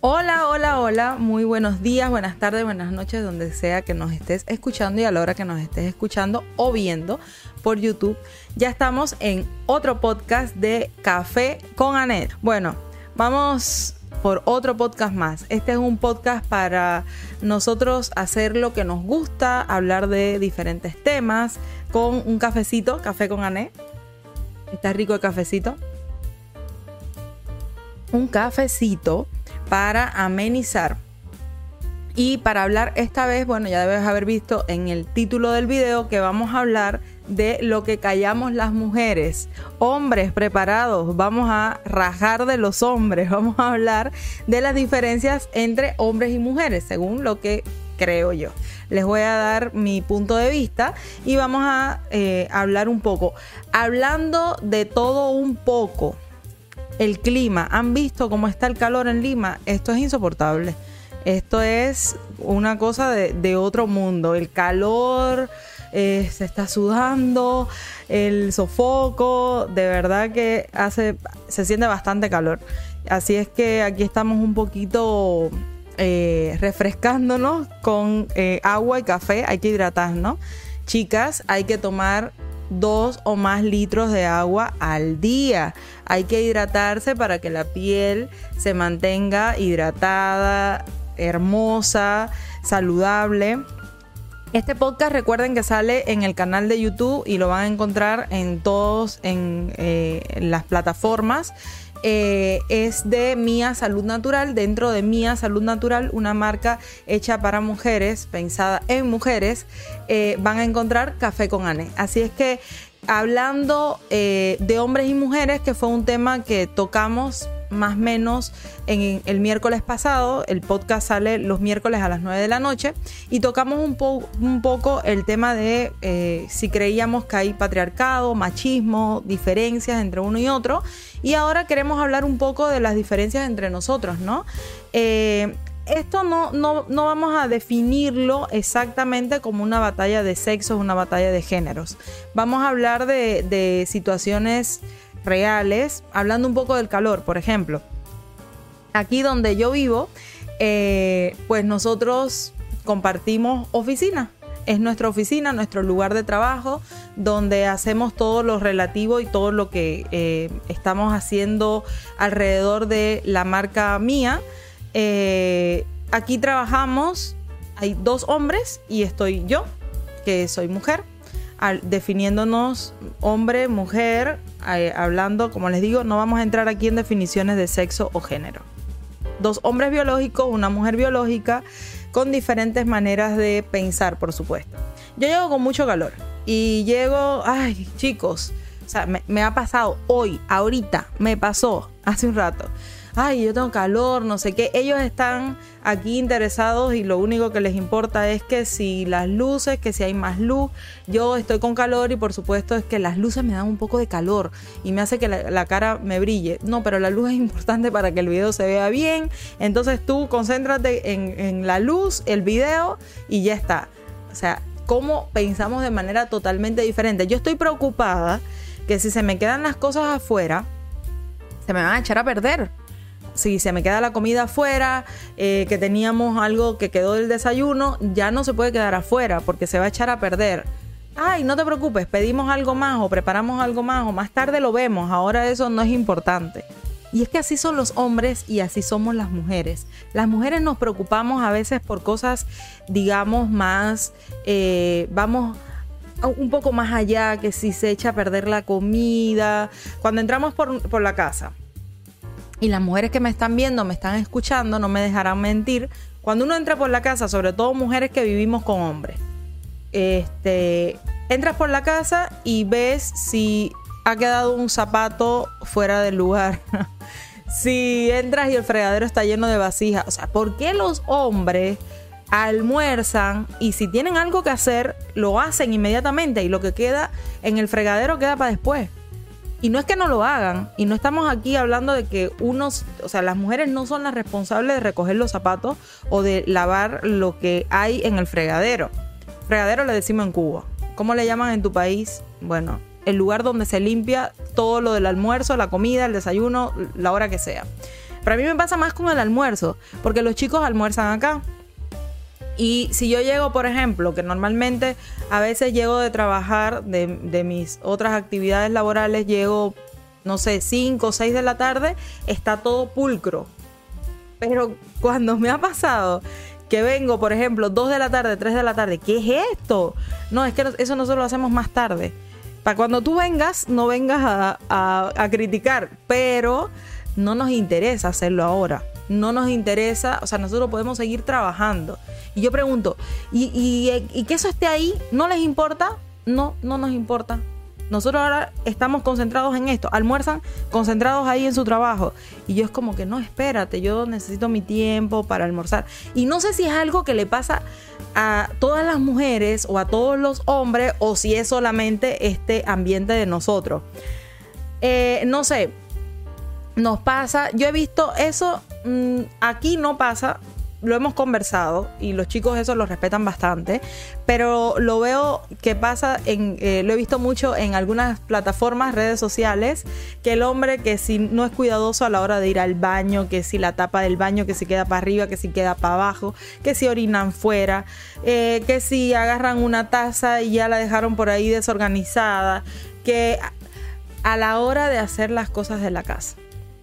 Hola, hola, hola, muy buenos días, buenas tardes, buenas noches, donde sea que nos estés escuchando y a la hora que nos estés escuchando o viendo por YouTube. Ya estamos en otro podcast de Café con Anet. Bueno, vamos por otro podcast más. Este es un podcast para nosotros hacer lo que nos gusta, hablar de diferentes temas con un cafecito, Café con Anet. Está rico el cafecito. Un cafecito para amenizar y para hablar esta vez, bueno, ya debes haber visto en el título del video que vamos a hablar de lo que callamos las mujeres. Hombres preparados, vamos a rajar de los hombres, vamos a hablar de las diferencias entre hombres y mujeres, según lo que creo yo. Les voy a dar mi punto de vista y vamos a hablar un poco. Hablando de todo un poco. El clima, ¿han visto cómo está el calor en Lima? Esto es insoportable. Esto es una cosa de otro mundo. El calor, se está sudando, el sofoco, de verdad que se siente bastante calor. Así es que aquí estamos un poquito refrescándonos con agua y café. Hay que hidratarnos. Chicas, hay que tomar 2 o más litros de agua al día. Hay que hidratarse para que la piel se mantenga hidratada, hermosa, saludable. Este podcast, recuerden que sale en el canal de YouTube y lo van a encontrar en las plataformas. Es de Mía Salud Natural. Dentro de Mía Salud Natural, una marca hecha para mujeres, pensada en mujeres, van a encontrar Café con Anet. Así es que hablando de hombres y mujeres, que fue un tema que tocamos más o menos en el miércoles pasado. El podcast sale los miércoles a las 9 de la noche y tocamos un poco el tema de si creíamos que hay patriarcado, machismo, diferencias entre uno y otro, y ahora queremos hablar un poco de las diferencias entre nosotros, ¿no? Esto no vamos a definirlo exactamente como una batalla de sexos, una batalla de géneros. Vamos a hablar de situaciones reales, hablando un poco del calor, por ejemplo. Aquí donde yo vivo, pues nosotros compartimos oficina. Es nuestra oficina, nuestro lugar de trabajo, donde hacemos todo lo relativo y todo lo que estamos haciendo alrededor de la marca Mía. Aquí trabajamos, hay 2 hombres y estoy yo, que soy mujer, definiéndonos hombre, mujer, hablando, como les digo, no vamos a entrar aquí en definiciones de sexo o género. 2 hombres biológicos, una mujer biológica, con diferentes maneras de pensar, por supuesto. Yo llego con mucho calor y llego, ay, chicos, o sea, me ha pasado hoy, ahorita, me pasó hace un rato. Ay, yo tengo calor, no sé qué. Ellos están aquí interesados y lo único que les importa es que si las luces, que si hay más luz. Yo estoy con calor y por supuesto es que las luces me dan un poco de calor y me hace que la cara me brille. No, pero la luz es importante para que el video se vea bien. Entonces tú concéntrate en la luz, el video y ya está. O sea, cómo pensamos de manera totalmente diferente. Yo estoy preocupada que si se me quedan las cosas afuera, se me van a echar a perder. Si se me queda la comida afuera, que teníamos algo que quedó del desayuno, ya no se puede quedar afuera porque se va a echar a perder. Ay, no te preocupes, pedimos algo más o preparamos algo más o más tarde lo vemos, ahora eso no es importante. Y es que así son los hombres y así somos las mujeres. Las mujeres nos preocupamos a veces por cosas, digamos, más, vamos un poco más allá, que si se echa a perder la comida. Cuando entramos por la casa, y las mujeres que me están viendo, me están escuchando, no me dejarán mentir. Cuando uno entra por la casa, sobre todo mujeres que vivimos con hombres, entras por la casa y ves si ha quedado un zapato fuera del lugar. Si entras y el fregadero está lleno de vasijas. O sea, ¿por qué los hombres almuerzan y si tienen algo que hacer, lo hacen inmediatamente y lo que queda en el fregadero queda para después? Y no es que no lo hagan, y no estamos aquí hablando de que las mujeres no son las responsables de recoger los zapatos o de lavar lo que hay en el fregadero. Fregadero le decimos en Cuba. ¿Cómo le llaman en tu país? Bueno, el lugar donde se limpia todo lo del almuerzo, la comida, el desayuno, la hora que sea. Pero a mí me pasa más con el almuerzo, porque los chicos almuerzan acá. Y si yo llego, por ejemplo, que normalmente a veces llego de trabajar, de mis otras actividades laborales, llego, no sé, 5 o 6 de la tarde, está todo pulcro. Pero cuando me ha pasado que vengo, por ejemplo, 2 de la tarde, 3 de la tarde, ¿qué es esto? No, es que eso nosotros lo hacemos más tarde. Para cuando tú vengas, no vengas a criticar, pero no nos interesa hacerlo ahora. No nos interesa, o sea, nosotros podemos seguir trabajando. Y yo pregunto, ¿y que eso esté ahí? ¿No les importa? No nos importa. Nosotros ahora estamos concentrados en esto. Almuerzan concentrados ahí en su trabajo. Y yo es como que no, espérate, yo necesito mi tiempo para almorzar. Y no sé si es algo que le pasa a todas las mujeres o a todos los hombres, o si es solamente este ambiente de nosotros. No sé, nos pasa. Yo he visto eso, aquí no pasa. Lo hemos conversado y los chicos eso lo respetan bastante, pero lo veo que pasa, lo he visto mucho en algunas plataformas, redes sociales, que el hombre que si no es cuidadoso a la hora de ir al baño, que si la tapa del baño, que si queda para arriba, que si queda para abajo, que si orinan fuera, que si agarran una taza y ya la dejaron por ahí desorganizada, que a la hora de hacer las cosas de la casa.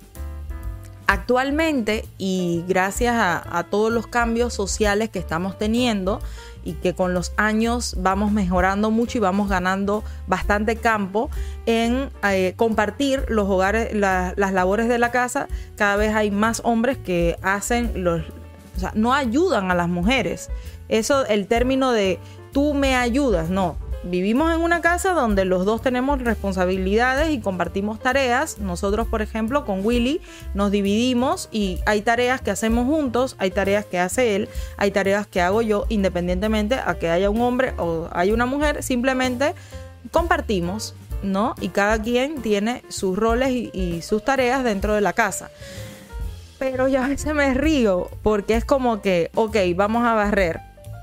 Actualmente, y gracias a todos los cambios sociales que estamos teniendo y que con los años vamos mejorando mucho y vamos ganando bastante campo en compartir los hogares, las labores de la casa, cada vez hay más hombres que hacen o sea, no ayudan a las mujeres. Eso, el término de tú me ayudas, no. Vivimos en una casa donde los dos tenemos responsabilidades y compartimos tareas. Nosotros, por ejemplo, con Willy nos dividimos y hay tareas que hacemos juntos, hay tareas que hace él, hay tareas que hago yo, independientemente a que haya un hombre o haya una mujer, simplemente compartimos, ¿no? Y cada quien tiene sus roles y sus tareas dentro de la casa. Pero ya a veces me río porque es como que, ok, vamos a barrer.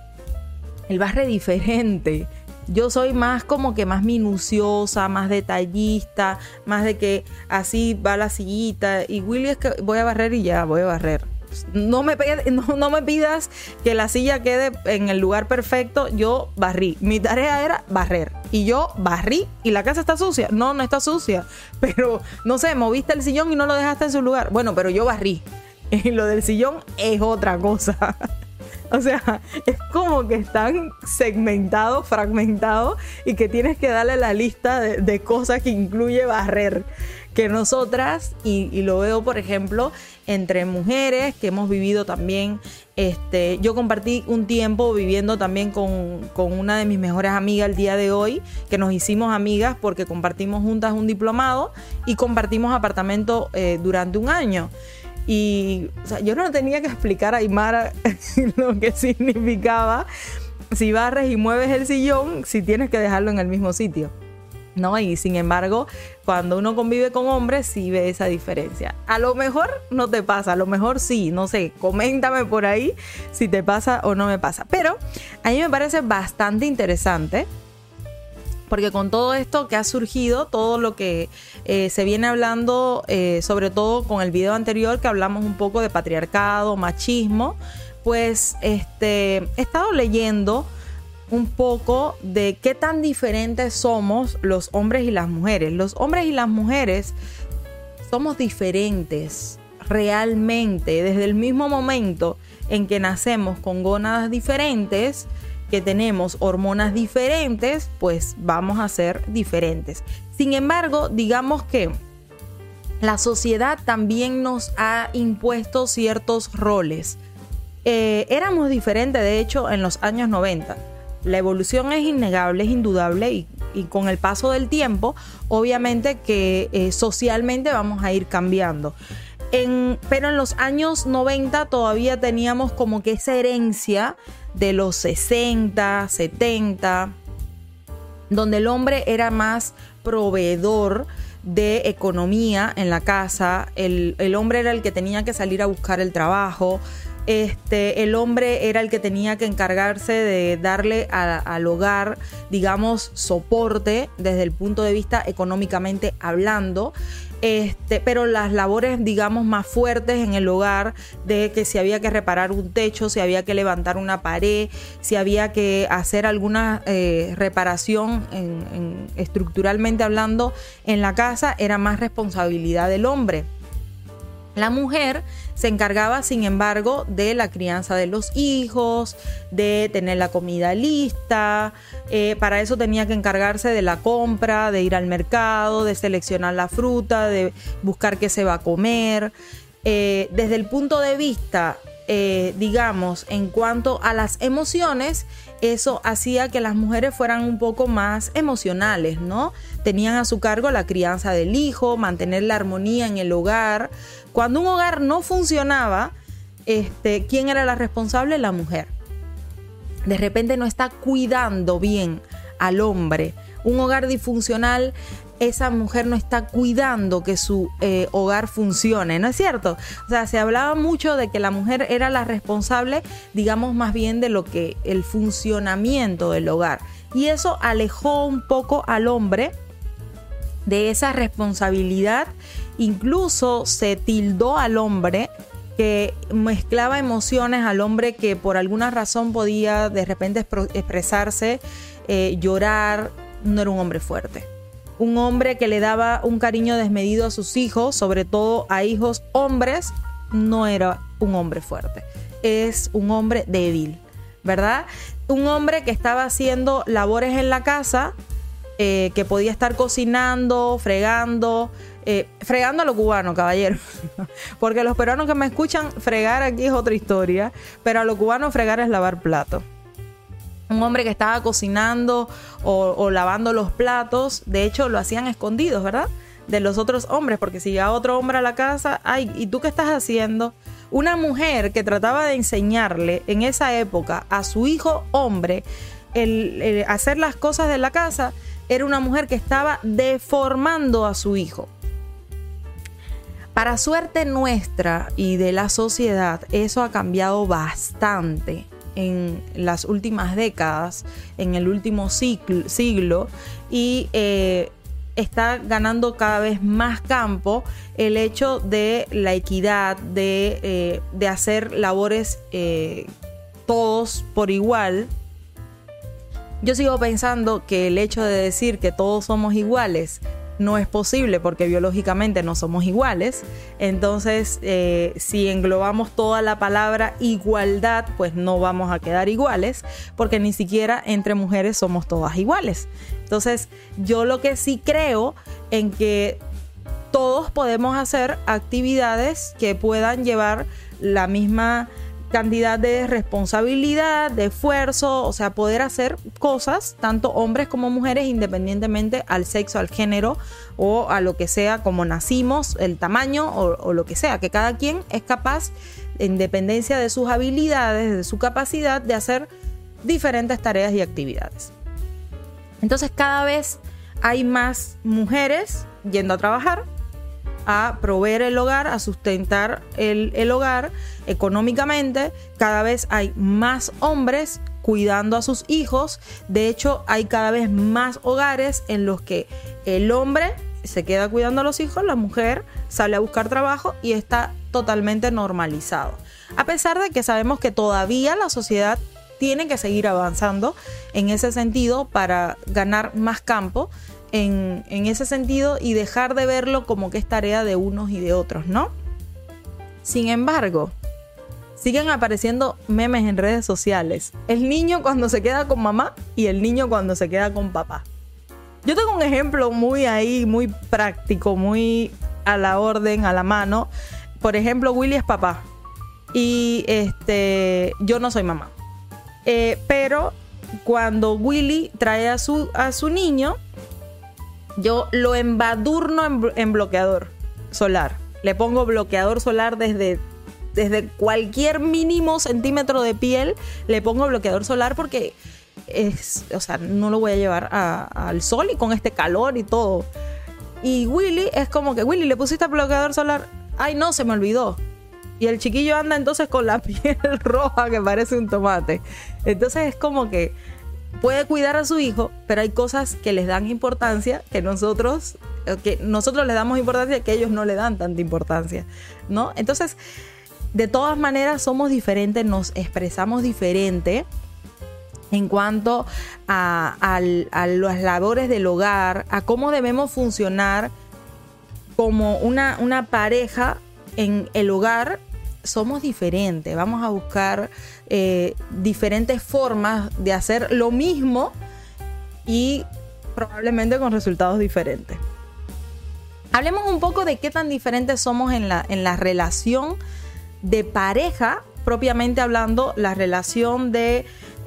Él barre diferente. Yo soy más como que más minuciosa, más detallista, más de que así va la sillita. Y Willy es que voy a barrer y ya voy a barrer. No me pidas que la silla quede en el lugar perfecto. Yo barrí. Mi tarea era barrer. Y yo barrí y la casa está sucia. No está sucia. Pero, no sé, moviste el sillón y no lo dejaste en su lugar. Bueno, pero yo barrí. Y lo del sillón es otra cosa. O sea, es como que están segmentados, fragmentados y que tienes que darle la lista de cosas que incluye barrer. Que nosotras, y lo veo por ejemplo entre mujeres que hemos vivido también, yo compartí un tiempo viviendo también con una de mis mejores amigas el día de hoy, que nos hicimos amigas porque compartimos juntas un diplomado y compartimos apartamento durante un año. Y o sea, yo no tenía que explicar a Aymara lo que significaba si barres y mueves el sillón, si tienes que dejarlo en el mismo sitio, ¿no? Y sin embargo, cuando uno convive con hombres, sí ve esa diferencia. A lo mejor no te pasa, a lo mejor sí, no sé, coméntame por ahí si te pasa o no me pasa. Pero a mí me parece bastante interesante, porque con todo esto que ha surgido, todo lo que se viene hablando, sobre todo con el video anterior que hablamos un poco de patriarcado, machismo, pues he estado leyendo un poco de qué tan diferentes somos los hombres y las mujeres. Los hombres y las mujeres somos diferentes realmente desde el mismo momento en que nacemos con gónadas diferentes, que tenemos hormonas diferentes, pues vamos a ser diferentes. Sin embargo, digamos que la sociedad también nos ha impuesto ciertos roles. Éramos diferentes, de hecho, en los años 90. La evolución es innegable, es indudable y con el paso del tiempo, obviamente que socialmente vamos a ir cambiando. Pero en los años 90 todavía teníamos como que esa herencia de los 60, 70, donde el hombre era más proveedor de economía en la casa. El hombre era el que tenía que salir a buscar el trabajo. El hombre era el que tenía que encargarse de darle al hogar, digamos, soporte desde el punto de vista económicamente hablando. Pero las labores, digamos, más fuertes en el hogar, de que si había que reparar un techo, si había que levantar una pared, si había que hacer alguna reparación estructuralmente hablando en la casa, era más responsabilidad del hombre. La mujer se encargaba, sin embargo, de la crianza de los hijos, de tener la comida lista. Para eso tenía que encargarse de la compra, de ir al mercado, de seleccionar la fruta, de buscar qué se va a comer. Desde el punto de vista, digamos, en cuanto a las emociones, eso hacía que las mujeres fueran un poco más emocionales, ¿no? Tenían a su cargo la crianza del hijo, mantener la armonía en el hogar. Cuando un hogar no funcionaba, ¿quién era la responsable? La mujer. De repente no está cuidando bien al hombre. Un hogar disfuncional, esa mujer no está cuidando que su hogar funcione, ¿no es cierto? O sea, se hablaba mucho de que la mujer era la responsable, digamos, más bien de lo que el funcionamiento del hogar. Y eso alejó un poco al hombre de esa responsabilidad. Incluso se tildó al hombre, que mezclaba emociones, al hombre que por alguna razón podía de repente expresarse, llorar. No era un hombre fuerte. Un hombre que le daba un cariño desmedido a sus hijos, sobre todo a hijos hombres, no era un hombre fuerte. Es un hombre débil, ¿verdad? Un hombre que estaba haciendo labores en la casa, que podía estar cocinando, fregando a lo cubano, caballero. Porque los peruanos que me escuchan, fregar aquí es otra historia, pero a lo cubano fregar es lavar platos. Un hombre que estaba cocinando o lavando los platos, de hecho lo hacían escondidos, ¿verdad? De los otros hombres, porque si llegaba otro hombre a la casa, ay, ¿y tú qué estás haciendo? Una mujer que trataba de enseñarle en esa época a su hijo hombre el hacer las cosas de la casa, era una mujer que estaba deformando a su hijo. Para suerte nuestra y de la sociedad, eso ha cambiado bastante en las últimas décadas, en el último siglo, y está ganando cada vez más campo el hecho de la equidad, de hacer labores todos por igual. Yo sigo pensando que el hecho de decir que todos somos iguales no es posible, porque biológicamente no somos iguales. Entonces, si englobamos toda la palabra igualdad, pues no vamos a quedar iguales, porque ni siquiera entre mujeres somos todas iguales. Entonces, yo lo que sí creo en que todos podemos hacer actividades que puedan llevar la misma cantidad de responsabilidad, de esfuerzo, o sea, poder hacer cosas, tanto hombres como mujeres, independientemente al sexo, al género o a lo que sea, como nacimos, el tamaño o lo que sea, que cada quien es capaz, en dependencia de sus habilidades, de su capacidad, de hacer diferentes tareas y actividades. Entonces, cada vez hay más mujeres yendo a trabajar, a proveer el hogar, a sustentar el hogar económicamente. Cada vez hay más hombres cuidando a sus hijos. De hecho, hay cada vez más hogares en los que el hombre se queda cuidando a los hijos, la mujer sale a buscar trabajo y está totalmente normalizado. A pesar de que sabemos que todavía la sociedad tiene que seguir avanzando en ese sentido para ganar más campo en ese sentido y dejar de verlo como que es tarea de unos y de otros, ¿no? Sin embargo, siguen apareciendo memes en redes sociales. El niño cuando se queda con mamá y el niño cuando se queda con papá. Yo tengo un ejemplo muy práctico, muy a la orden, a la mano. Por ejemplo, Willy es papá y yo no soy mamá. Pero cuando Willy trae a su niño, yo lo embadurno en bloqueador solar. Le pongo bloqueador solar desde cualquier mínimo centímetro de piel. Le pongo bloqueador solar porque no lo voy a llevar al sol y con este calor y todo. Y Willy es como que, Willy, ¿le pusiste bloqueador solar? Ay, no, se me olvidó. Y el chiquillo anda entonces con la piel roja que parece un tomate. Entonces es como que puede cuidar a su hijo, pero hay cosas que les dan importancia que nosotros le damos importancia que ellos no le dan tanta importancia, ¿no? Entonces, de todas maneras somos diferentes, nos expresamos diferente en cuanto a las labores del hogar, a cómo debemos funcionar como una pareja en el hogar. Somos diferentes, vamos a buscar diferentes formas de hacer lo mismo y probablemente con resultados diferentes. Hablemos un poco de qué tan diferentes somos en la relación de pareja, propiamente hablando, la relación de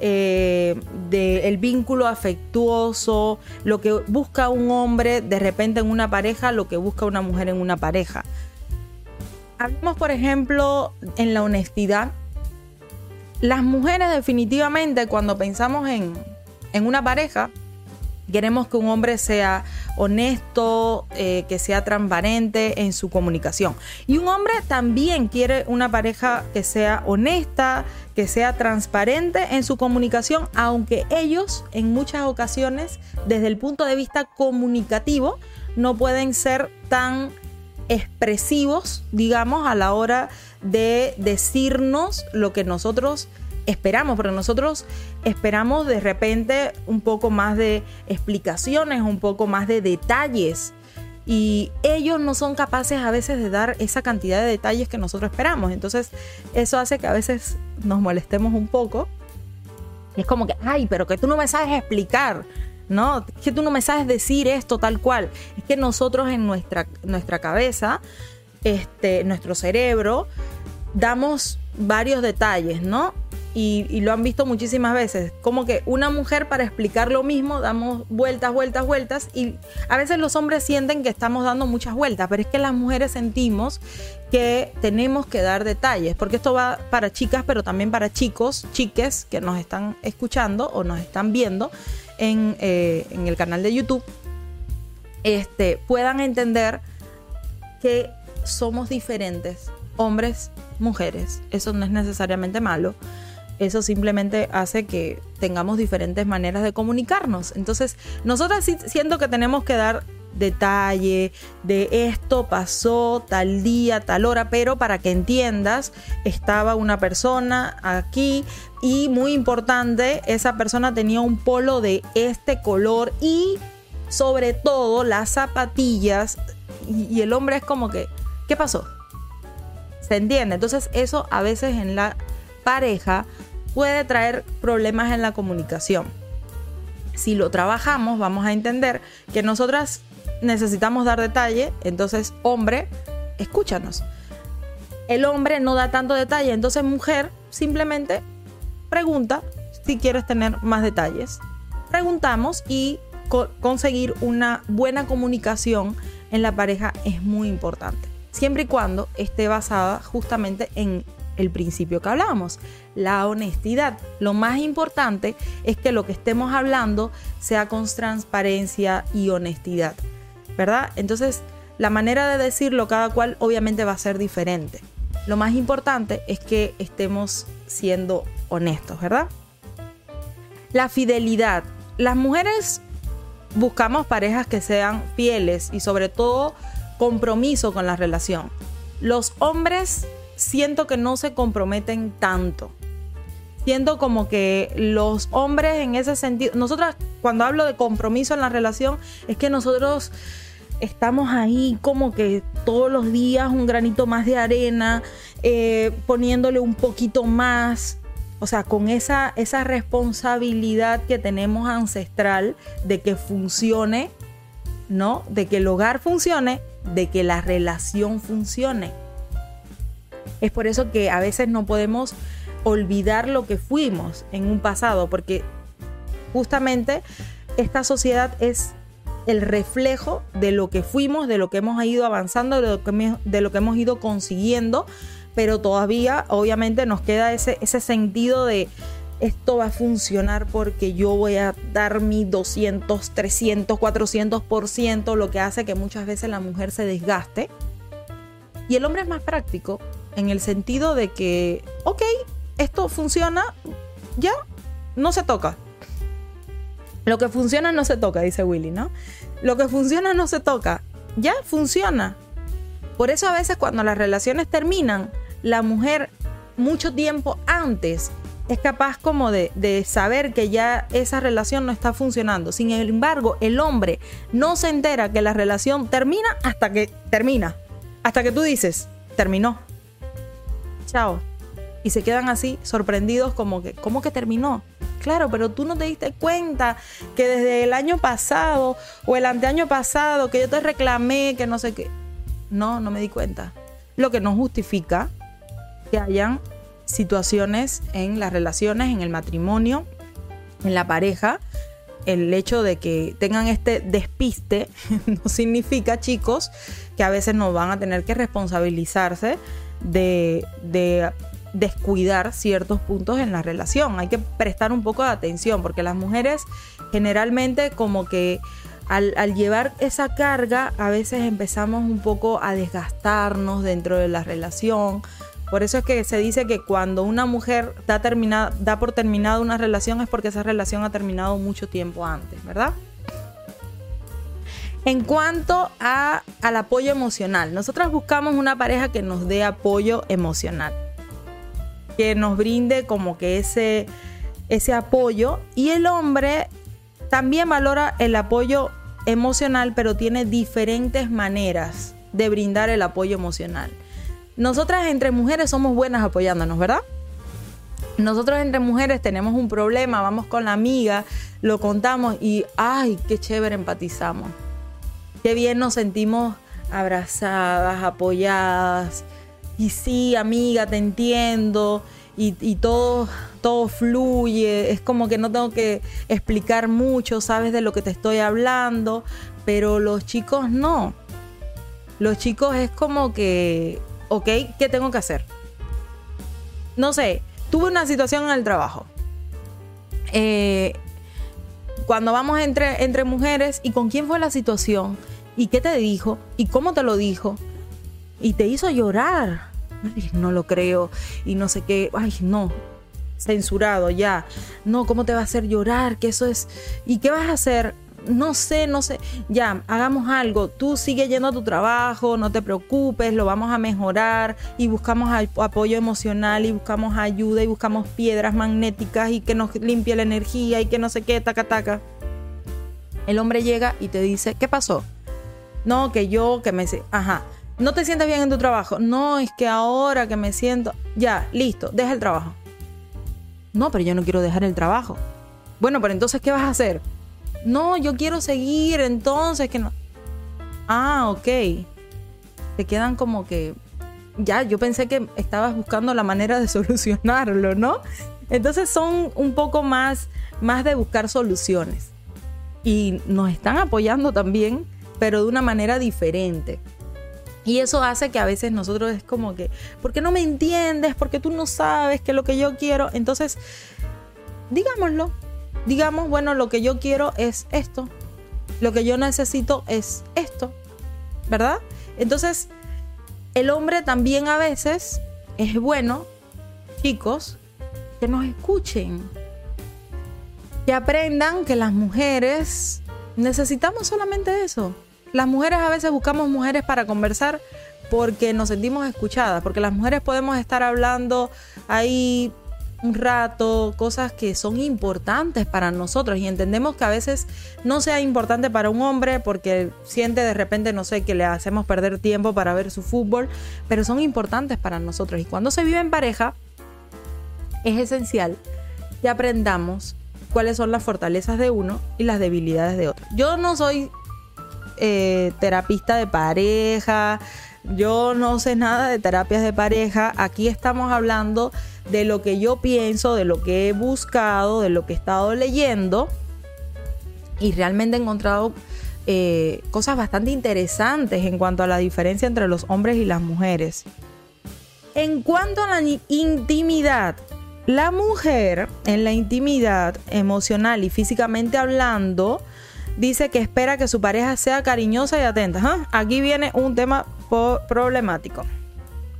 el vínculo afectuoso, lo que busca un hombre de repente en una pareja, lo que busca una mujer en una pareja. Hablemos, por ejemplo, en la honestidad. Las mujeres definitivamente cuando pensamos en una pareja, queremos que un hombre sea honesto, que sea transparente en su comunicación. Y un hombre también quiere una pareja que sea honesta, que sea transparente en su comunicación, aunque ellos en muchas ocasiones, desde el punto de vista comunicativo, no pueden ser tan expresivos, digamos, a la hora de decirnos lo que nosotros esperamos, porque nosotros esperamos de repente un poco más de explicaciones, un poco más de detalles, y ellos no son capaces a veces de dar esa cantidad de detalles que nosotros esperamos. Entonces eso hace que a veces nos molestemos un poco. Es como que, ay, pero que tú no me sabes explicar, ¿no? Es que tú no me sabes decir esto tal cual. Es que nosotros en nuestra cabeza, nuestro cerebro, damos varios detalles, ¿no? Y lo han visto muchísimas veces. Como que una mujer para explicar lo mismo damos vueltas, y a veces los hombres sienten que estamos dando muchas vueltas, pero es que las mujeres sentimos que tenemos que dar detalles, porque esto va para chicas, pero también para chicos, chiques que nos están escuchando o nos están viendo en el canal de YouTube, puedan entender que somos diferentes, hombres, mujeres. Eso no es necesariamente malo. Eso simplemente hace que tengamos diferentes maneras de comunicarnos. Entonces, nosotras sí siento que tenemos que dar detalle de esto pasó tal día, tal hora, pero para que entiendas, estaba una persona aquí y muy importante, esa persona tenía un polo de este color y sobre todo las zapatillas, y el hombre es como que, ¿qué pasó? ¿Se entiende? Entonces eso a veces en la pareja puede traer problemas en la comunicación. Si lo trabajamos, vamos a entender que nosotras necesitamos dar detalle. Entonces, hombre, escúchanos. El hombre no da tanto detalle, entonces mujer simplemente pregunta si quieres tener más detalles. Preguntamos y conseguir una buena comunicación en la pareja es muy importante, siempre y cuando esté basada justamente en el principio que hablábamos, la honestidad. Lo más importante es que lo que estemos hablando sea con transparencia y honestidad, ¿verdad? Entonces, la manera de decirlo cada cual obviamente va a ser diferente. Lo más importante es que estemos siendo honestos, ¿verdad? La fidelidad. Las mujeres buscamos parejas que sean fieles y sobre todo compromiso con la relación. Los hombres siento que no se comprometen tanto. Siento como que los hombres en ese sentido, nosotras cuando hablo de compromiso en la relación, es que nosotros estamos ahí como que todos los días un granito más de arena, poniéndole un poquito más, o sea, con esa responsabilidad que tenemos ancestral de que funcione, ¿no? De que el hogar funcione, de que la relación funcione. Es por eso que a veces no podemos olvidar lo que fuimos en un pasado, porque justamente esta sociedad es el reflejo de lo que fuimos, de lo que hemos ido avanzando, de lo que hemos ido consiguiendo, pero todavía obviamente nos queda ese sentido de esto va a funcionar porque yo voy a dar mi 200, 300, 400%, lo que hace que muchas veces la mujer se desgaste. Y el hombre es más práctico en el sentido de que, ok, esto funciona, ya, no se toca. Lo que funciona no se toca, dice Willy, ¿no? Lo que funciona no se toca, ya funciona. Por eso a veces cuando las relaciones terminan, la mujer mucho tiempo antes es capaz como de saber que ya esa relación no está funcionando. Sin embargo, el hombre no se entera que la relación termina hasta que termina. Hasta que tú dices, terminó. Chao. Y se quedan así sorprendidos como que, ¿cómo que terminó? Claro, pero tú no te diste cuenta que desde el año pasado o el anteaño pasado que yo te reclamé que no sé qué. No me di cuenta. Lo que no justifica que hayan situaciones en las relaciones, en el matrimonio, en la pareja. El hecho de que tengan este despiste no significa, chicos, que a veces no van a tener que responsabilizarse de descuidar ciertos puntos en la relación. Hay que prestar un poco de atención porque las mujeres generalmente como que al llevar esa carga a veces empezamos un poco a desgastarnos dentro de la relación. Por eso es que se dice que cuando una mujer da por terminada una relación es porque esa relación ha terminado mucho tiempo antes, ¿verdad? En cuanto al apoyo emocional, nosotras buscamos una pareja que nos dé apoyo emocional, que nos brinde como que ese apoyo, y el hombre también valora el apoyo emocional, pero tiene diferentes maneras de brindar el apoyo emocional. Nosotras entre mujeres somos buenas apoyándonos, ¿verdad? Nosotros entre mujeres tenemos un problema, vamos con la amiga, lo contamos y ¡ay, qué chévere empatizamos! Qué bien nos sentimos abrazadas, apoyadas. Y sí, amiga, te entiendo. Y todo fluye. Es como que no tengo que explicar mucho, sabes de lo que te estoy hablando. Pero los chicos no. Los chicos es como que, ok, ¿qué tengo que hacer? No sé, tuve una situación en el trabajo. Cuando vamos entre mujeres, ¿y con quién fue la situación? ¿Y qué te dijo? ¿Y cómo te lo dijo? Y te hizo llorar. Ay, no lo creo. Y no sé qué. Ay, no. Censurado ya. No, ¿cómo te va a hacer llorar? Que eso es... ¿Y qué vas a hacer? No sé. Ya, hagamos algo. Tú sigue yendo a tu trabajo, no te preocupes, lo vamos a mejorar. Y buscamos apoyo emocional, y buscamos ayuda, y buscamos piedras magnéticas, y que nos limpie la energía, y que no sé qué, taca. El hombre llega y te dice, ¿qué pasó? No, que me... Ajá. ¿No te sientes bien en tu trabajo? No, es que ahora que me siento... Ya, listo, deja el trabajo. No, pero yo no quiero dejar el trabajo. Bueno, pero entonces, ¿qué vas a hacer? No, yo quiero seguir, entonces que no... Ah, ok. Te quedan como que... Ya, yo pensé que estabas buscando la manera de solucionarlo, ¿no? Entonces son un poco más de buscar soluciones. Y nos están apoyando también, pero de una manera diferente. Y eso hace que a veces nosotros es como que, ¿por qué no me entiendes? ¿Por qué tú no sabes que lo que yo quiero? Entonces, digámoslo. Digamos, bueno, lo que yo quiero es esto. Lo que yo necesito es esto. ¿Verdad? Entonces, el hombre también a veces es bueno, chicos, que nos escuchen. Que aprendan que las mujeres necesitamos solamente eso. Las mujeres a veces buscamos mujeres para conversar porque nos sentimos escuchadas, porque las mujeres podemos estar hablando ahí un rato, cosas que son importantes para nosotros, y entendemos que a veces no sea importante para un hombre porque siente de repente, no sé, que le hacemos perder tiempo para ver su fútbol, pero son importantes para nosotros. Y cuando se vive en pareja es esencial que aprendamos cuáles son las fortalezas de uno y las debilidades de otro. Yo no soy terapista de pareja, yo no sé nada de terapias de pareja. Aquí estamos hablando de lo que yo pienso, de lo que he buscado, de lo que he estado leyendo, y realmente he encontrado cosas bastante interesantes en cuanto a la diferencia entre los hombres y las mujeres. En cuanto a la intimidad, la mujer en la intimidad emocional y físicamente hablando dice que espera que su pareja sea cariñosa y atenta. Aquí viene un tema problemático.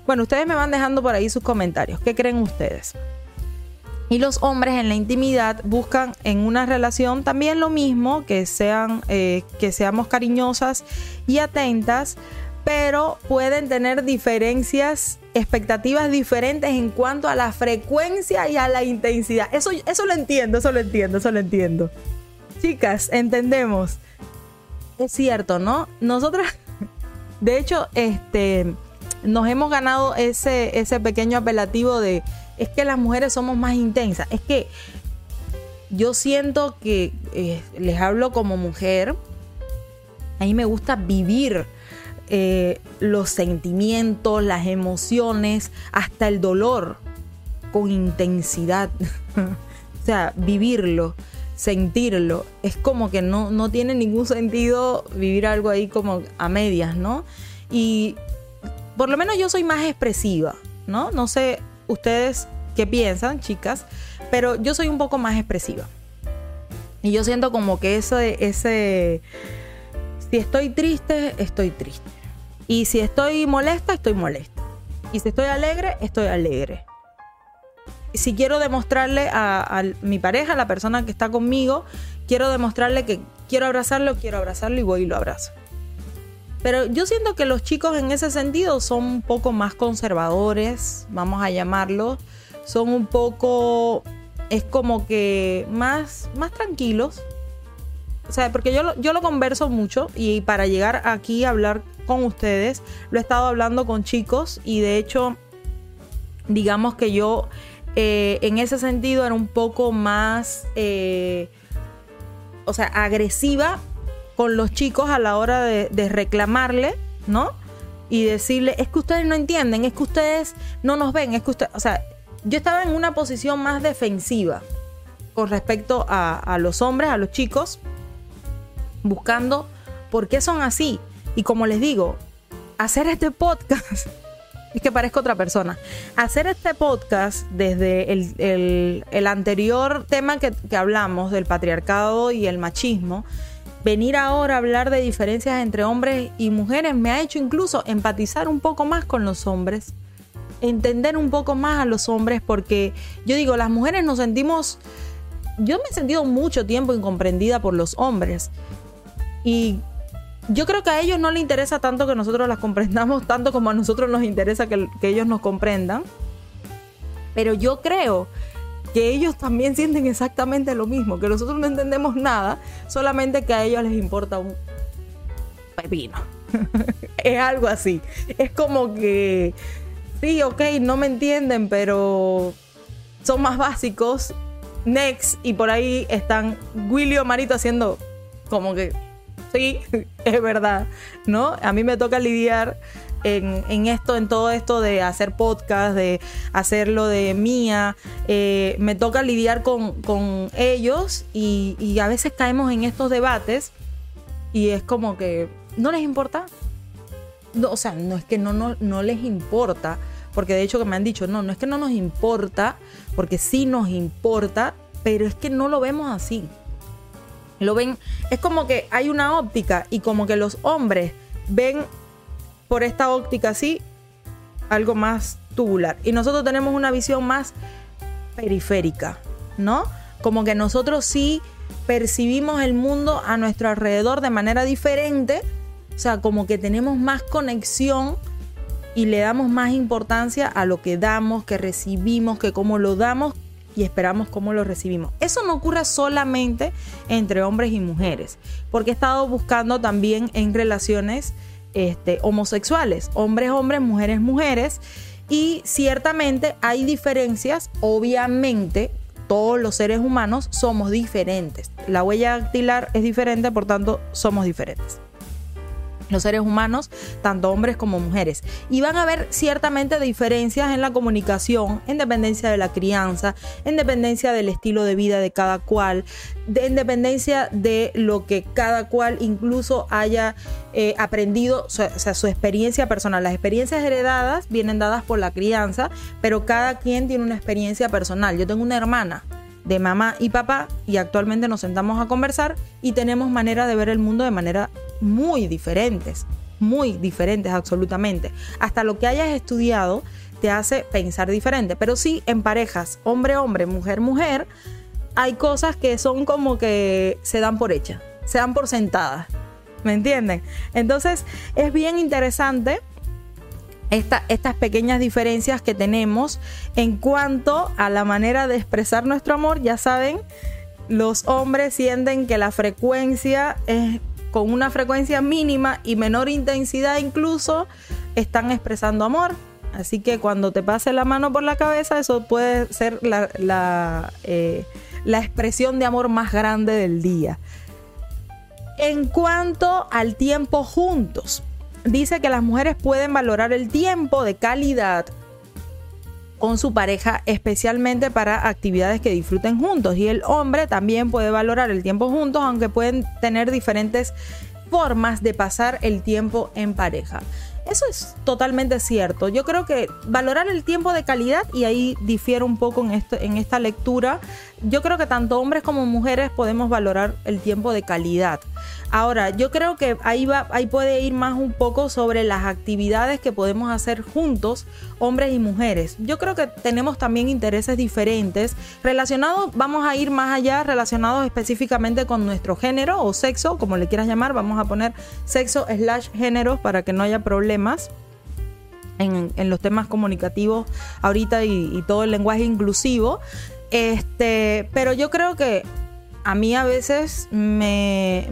Bueno, ustedes me van dejando por ahí sus comentarios. ¿Qué creen ustedes? Y los hombres en la intimidad buscan en una relación también lo mismo, que seamos cariñosas y atentas, pero pueden tener expectativas diferentes en cuanto a la frecuencia y a la intensidad. Eso lo entiendo. Chicas, entendemos. Es cierto, ¿no? Nosotras, de hecho, nos hemos ganado ese pequeño apelativo de es que las mujeres somos más intensas. Es que yo siento que les hablo como mujer. A mí me gusta vivir los sentimientos, las emociones, hasta el dolor con intensidad. O sea, vivirlo, sentirlo. Es como que no tiene ningún sentido vivir algo ahí como a medias, ¿no? Y por lo menos yo soy más expresiva, ¿no? No sé ustedes qué piensan, chicas, pero yo soy un poco más expresiva. Y yo siento como que si estoy triste, estoy triste. Y si estoy molesta, estoy molesta. Y si estoy alegre, estoy alegre. Si quiero demostrarle a mi pareja, a la persona que está conmigo, quiero demostrarle que quiero abrazarlo y voy y lo abrazo. Pero yo siento que los chicos en ese sentido son un poco más conservadores, vamos a llamarlo. Son un poco, es como que más tranquilos. O sea, porque yo lo converso mucho y para llegar aquí a hablar con ustedes, lo he estado hablando con chicos y de hecho, digamos que yo en ese sentido era un poco más, agresiva con los chicos a la hora de reclamarle, ¿no? Y decirle, es que ustedes no entienden, es que ustedes no nos ven, es que ustedes, o sea, yo estaba en una posición más defensiva con respecto a los hombres, a los chicos, buscando por qué son así. Y como les digo, hacer este podcast, es que parezco otra persona, hacer este podcast desde el anterior tema que hablamos del patriarcado y el machismo, venir ahora a hablar de diferencias entre hombres y mujeres me ha hecho incluso empatizar un poco más con los hombres, entender un poco más a los hombres, porque yo digo, las mujeres nos sentimos, yo me he sentido mucho tiempo incomprendida por los hombres y yo creo que a ellos no les interesa tanto que nosotros las comprendamos, tanto como a nosotros nos interesa que ellos nos comprendan, pero yo creo que ellos también sienten exactamente lo mismo, que nosotros no entendemos nada, solamente que a ellos les importa un pepino. Es algo así. Es como que, sí, ok, no me entienden, pero son más básicos. Next, y por ahí están Willy o Marito haciendo como que, sí, es verdad, ¿no? A mí me toca lidiar en todo esto de hacer podcast, de hacerlo de mía, me toca lidiar con ellos y a veces caemos en estos debates y es como que no les importa. No, o sea, no es que no les importa, porque de hecho que me han dicho, no es que no nos importa, porque sí nos importa, pero es que no lo vemos así. Lo ven, es como que hay una óptica y como que los hombres ven por esta óptica así, algo más tubular. Y nosotros tenemos una visión más periférica, ¿no? Como que nosotros sí percibimos el mundo a nuestro alrededor de manera diferente. O sea, como que tenemos más conexión y le damos más importancia a lo que damos, que recibimos, que cómo lo damos y esperamos cómo lo recibimos. Eso no ocurre solamente entre hombres y mujeres, porque he estado buscando también en relaciones homosexuales, hombres, mujeres, mujeres, y ciertamente hay diferencias. Obviamente todos los seres humanos somos diferentes, la huella dactilar es diferente, por tanto somos diferentes los seres humanos, tanto hombres como mujeres, y van a haber ciertamente diferencias en la comunicación, en dependencia de la crianza, en dependencia del estilo de vida de cada cual, en dependencia de lo que cada cual incluso haya aprendido, o sea, su experiencia personal. Las experiencias heredadas vienen dadas por la crianza, pero cada quien tiene una experiencia personal. Yo tengo una hermana de mamá y papá y actualmente nos sentamos a conversar y tenemos maneras de ver el mundo de manera muy diferentes. muy diferentes absolutamente. Hasta lo que hayas estudiado te hace pensar diferente. Pero sí, en parejas, hombre-hombre, mujer-mujer, hay cosas que son como que se dan por hechas, se dan por sentadas. ¿Me entienden? Entonces, es bien interesante estas pequeñas diferencias que tenemos en cuanto a la manera de expresar nuestro amor. Ya saben, los hombres sienten que la frecuencia es con una frecuencia mínima y menor intensidad, incluso están expresando amor. Así que cuando te pase la mano por la cabeza, eso puede ser la expresión de amor más grande del día. En cuanto al tiempo juntos, dice que las mujeres pueden valorar el tiempo de calidad con su pareja, especialmente para actividades que disfruten juntos. Y el hombre también puede valorar el tiempo juntos, aunque pueden tener diferentes formas de pasar el tiempo en pareja. Eso es totalmente cierto. Yo creo que valorar el tiempo de calidad, y ahí difiero un poco en esta lectura, yo creo que tanto hombres como mujeres podemos valorar el tiempo de calidad. Ahora, yo creo que ahí puede ir más un poco sobre las actividades que podemos hacer juntos, hombres y mujeres. Yo creo que tenemos también intereses diferentes relacionados, vamos a ir más allá, relacionados específicamente con nuestro género o sexo, como le quieras llamar. Vamos a poner sexo/géneros para que no haya problemas en los temas comunicativos ahorita y todo el lenguaje inclusivo. Pero yo creo que a mí a veces me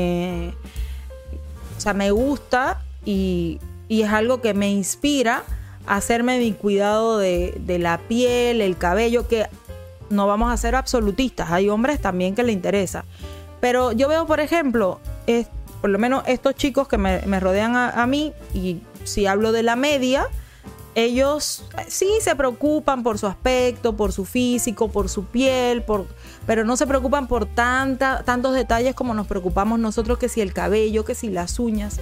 gusta y es algo que me inspira a hacerme mi cuidado de la piel, el cabello, que no vamos a ser absolutistas. Hay hombres también que le interesa. Pero yo veo, por ejemplo, por lo menos estos chicos que me rodean a mí, y si hablo de la media, ellos sí se preocupan por su aspecto, por su físico, por su piel, pero no se preocupan por tantos detalles como nos preocupamos nosotros, que si el cabello, que si las uñas.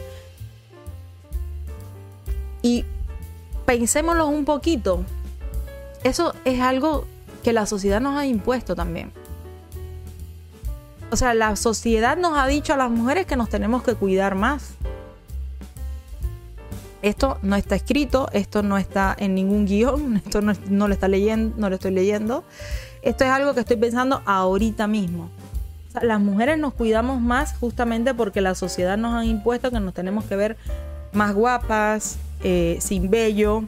Y pensémoslo un poquito, eso es algo que la sociedad nos ha impuesto también. O sea, la sociedad nos ha dicho a las mujeres que nos tenemos que cuidar más. Esto no está escrito, esto no está en ningún guión, esto no lo estoy leyendo. Esto es algo que estoy pensando ahorita mismo. O sea, las mujeres nos cuidamos más justamente porque la sociedad nos ha impuesto que nos tenemos que ver más guapas, sin vello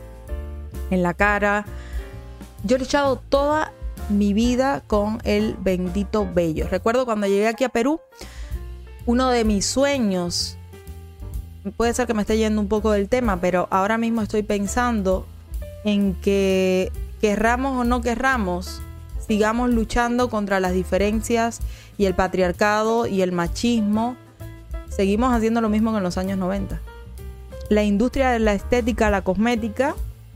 en la cara. Yo he luchado toda mi vida con el bendito vello. Recuerdo cuando llegué aquí a Perú, uno de mis sueños, puede ser que me esté yendo un poco del tema, pero ahora mismo estoy pensando en que, querramos o no querramos, sigamos luchando contra las diferencias y el patriarcado y el machismo. Seguimos haciendo lo mismo que en los años 90. La industria de la estética, la cosmética,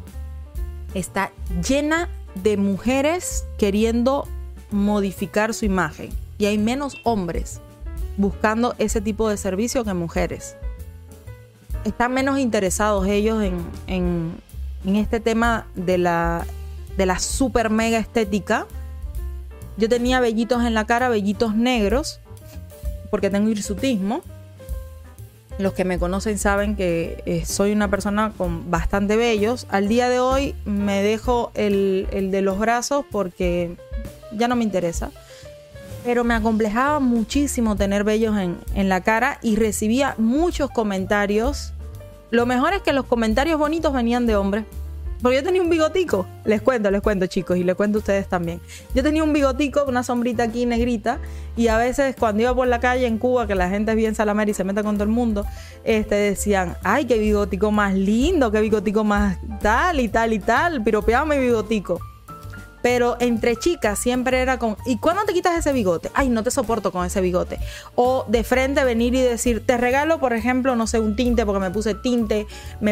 está llena de mujeres queriendo modificar su imagen. Y hay menos hombres buscando ese tipo de servicio que mujeres. Están menos interesados ellos en este tema de la super mega estética. Yo tenía vellitos en la cara, vellitos negros, porque tengo hirsutismo. Los que me conocen saben que soy una persona con bastante vellos. Al día de hoy me dejo el de los brazos porque ya no me interesa. Pero me acomplejaba muchísimo tener vellos en la cara y recibía muchos comentarios. Lo mejor es que los comentarios bonitos venían de hombres. Porque yo tenía un bigotico. Les cuento, chicos, y les cuento a ustedes también. Yo tenía un bigotico, una sombrita aquí negrita, y a veces cuando iba por la calle en Cuba, que la gente es bien salamera y se mete con todo el mundo, decían, ay, qué bigotico más lindo, qué bigotico más tal y tal y tal. Piropeaban mi bigotico. Pero entre chicas siempre era con, ¿y cuándo te quitas ese bigote? Ay, no te soporto con ese bigote. O de frente venir y decir, te regalo, por ejemplo, no sé, un tinte, porque me puse tinte,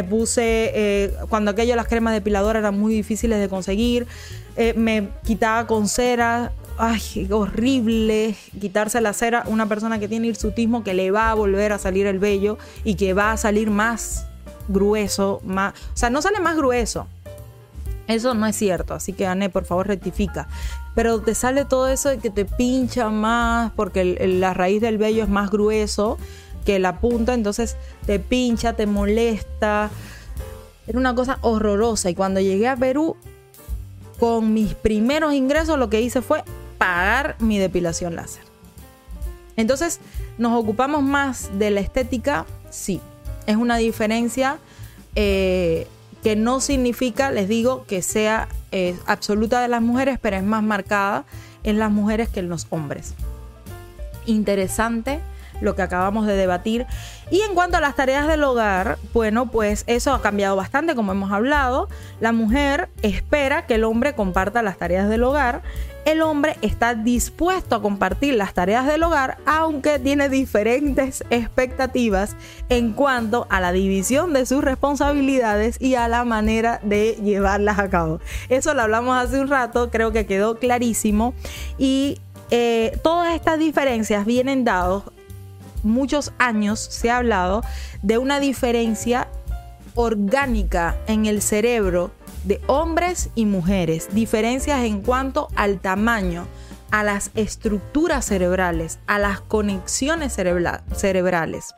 cuando aquello las cremas depiladoras eran muy difíciles de conseguir, me quitaba con cera. Ay, horrible quitarse la cera. Una persona que tiene hirsutismo, que le va a volver a salir el vello y que va a salir más grueso, o sea, no sale más grueso. Eso no es cierto, así que Ané, por favor, rectifica. Pero te sale todo eso de que te pincha más porque la raíz del vello es más grueso. que la punta entonces te pincha, te molesta. Era una cosa horrorosa. Y cuando llegué a Perú, con mis primeros ingresos, lo que hice fue pagar mi depilación láser. Entonces, ¿nos ocupamos más de la estética? Sí. Es una diferencia que no significa, les digo, que sea absoluta de las mujeres, pero es más marcada en las mujeres que en los hombres. Interesante lo que acabamos de debatir. Y en cuanto a las tareas del hogar, bueno, pues eso ha cambiado bastante, como hemos hablado. La mujer espera que el hombre comparta las tareas del hogar. El hombre está dispuesto a compartir las tareas del hogar, aunque tiene diferentes expectativas en cuanto a la división de sus responsabilidades y a la manera de llevarlas a cabo. Eso lo hablamos hace un rato, creo que quedó clarísimo. Y todas estas diferencias vienen dados. Muchos años se ha hablado de una diferencia orgánica en el cerebro de hombres y mujeres, diferencias en cuanto al tamaño, a las estructuras cerebrales, a las conexiones cerebrales.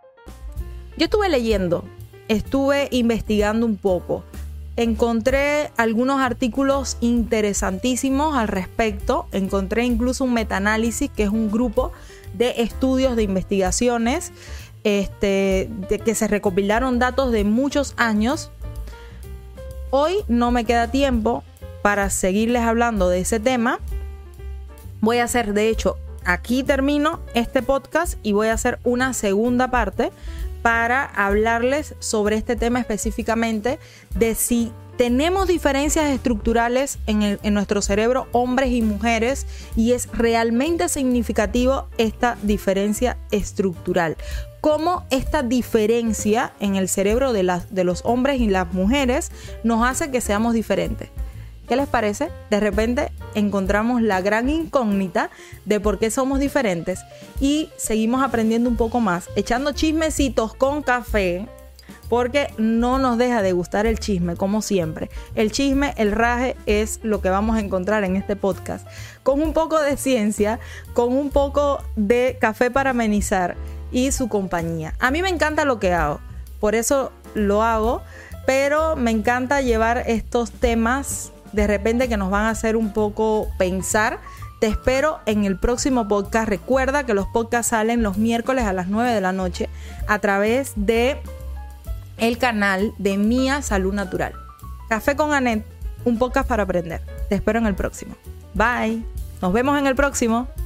Yo estuve leyendo, estuve investigando un poco, encontré algunos artículos interesantísimos al respecto, encontré incluso un metaanálisis, que es un grupo de estudios, de investigaciones, de que se recopilaron datos de muchos años. Hoy no me queda tiempo para seguirles hablando de ese tema. Voy a hacer, de hecho, aquí termino este podcast y voy a hacer una segunda parte para hablarles sobre este tema específicamente, de si tenemos diferencias estructurales en nuestro cerebro, hombres y mujeres, y es realmente significativo esta diferencia estructural. Cómo esta diferencia en el cerebro de los hombres y las mujeres nos hace que seamos diferentes. ¿Qué les parece? De repente encontramos la gran incógnita de por qué somos diferentes y seguimos aprendiendo un poco más, echando chismecitos con café, porque no nos deja de gustar el chisme, como siempre. El chisme, el raje es lo que vamos a encontrar en este podcast, con un poco de ciencia, con un poco de café para amenizar y su compañía. A mí me encanta lo que hago, por eso lo hago, pero me encanta llevar estos temas de repente que nos van a hacer un poco pensar. Te espero en el próximo podcast. Recuerda que los podcasts salen los miércoles a las 9 de la noche a través de el canal de Mía Salud Natural. Café con Anet, un podcast para aprender. Te espero en el próximo. Bye. Nos vemos en el próximo.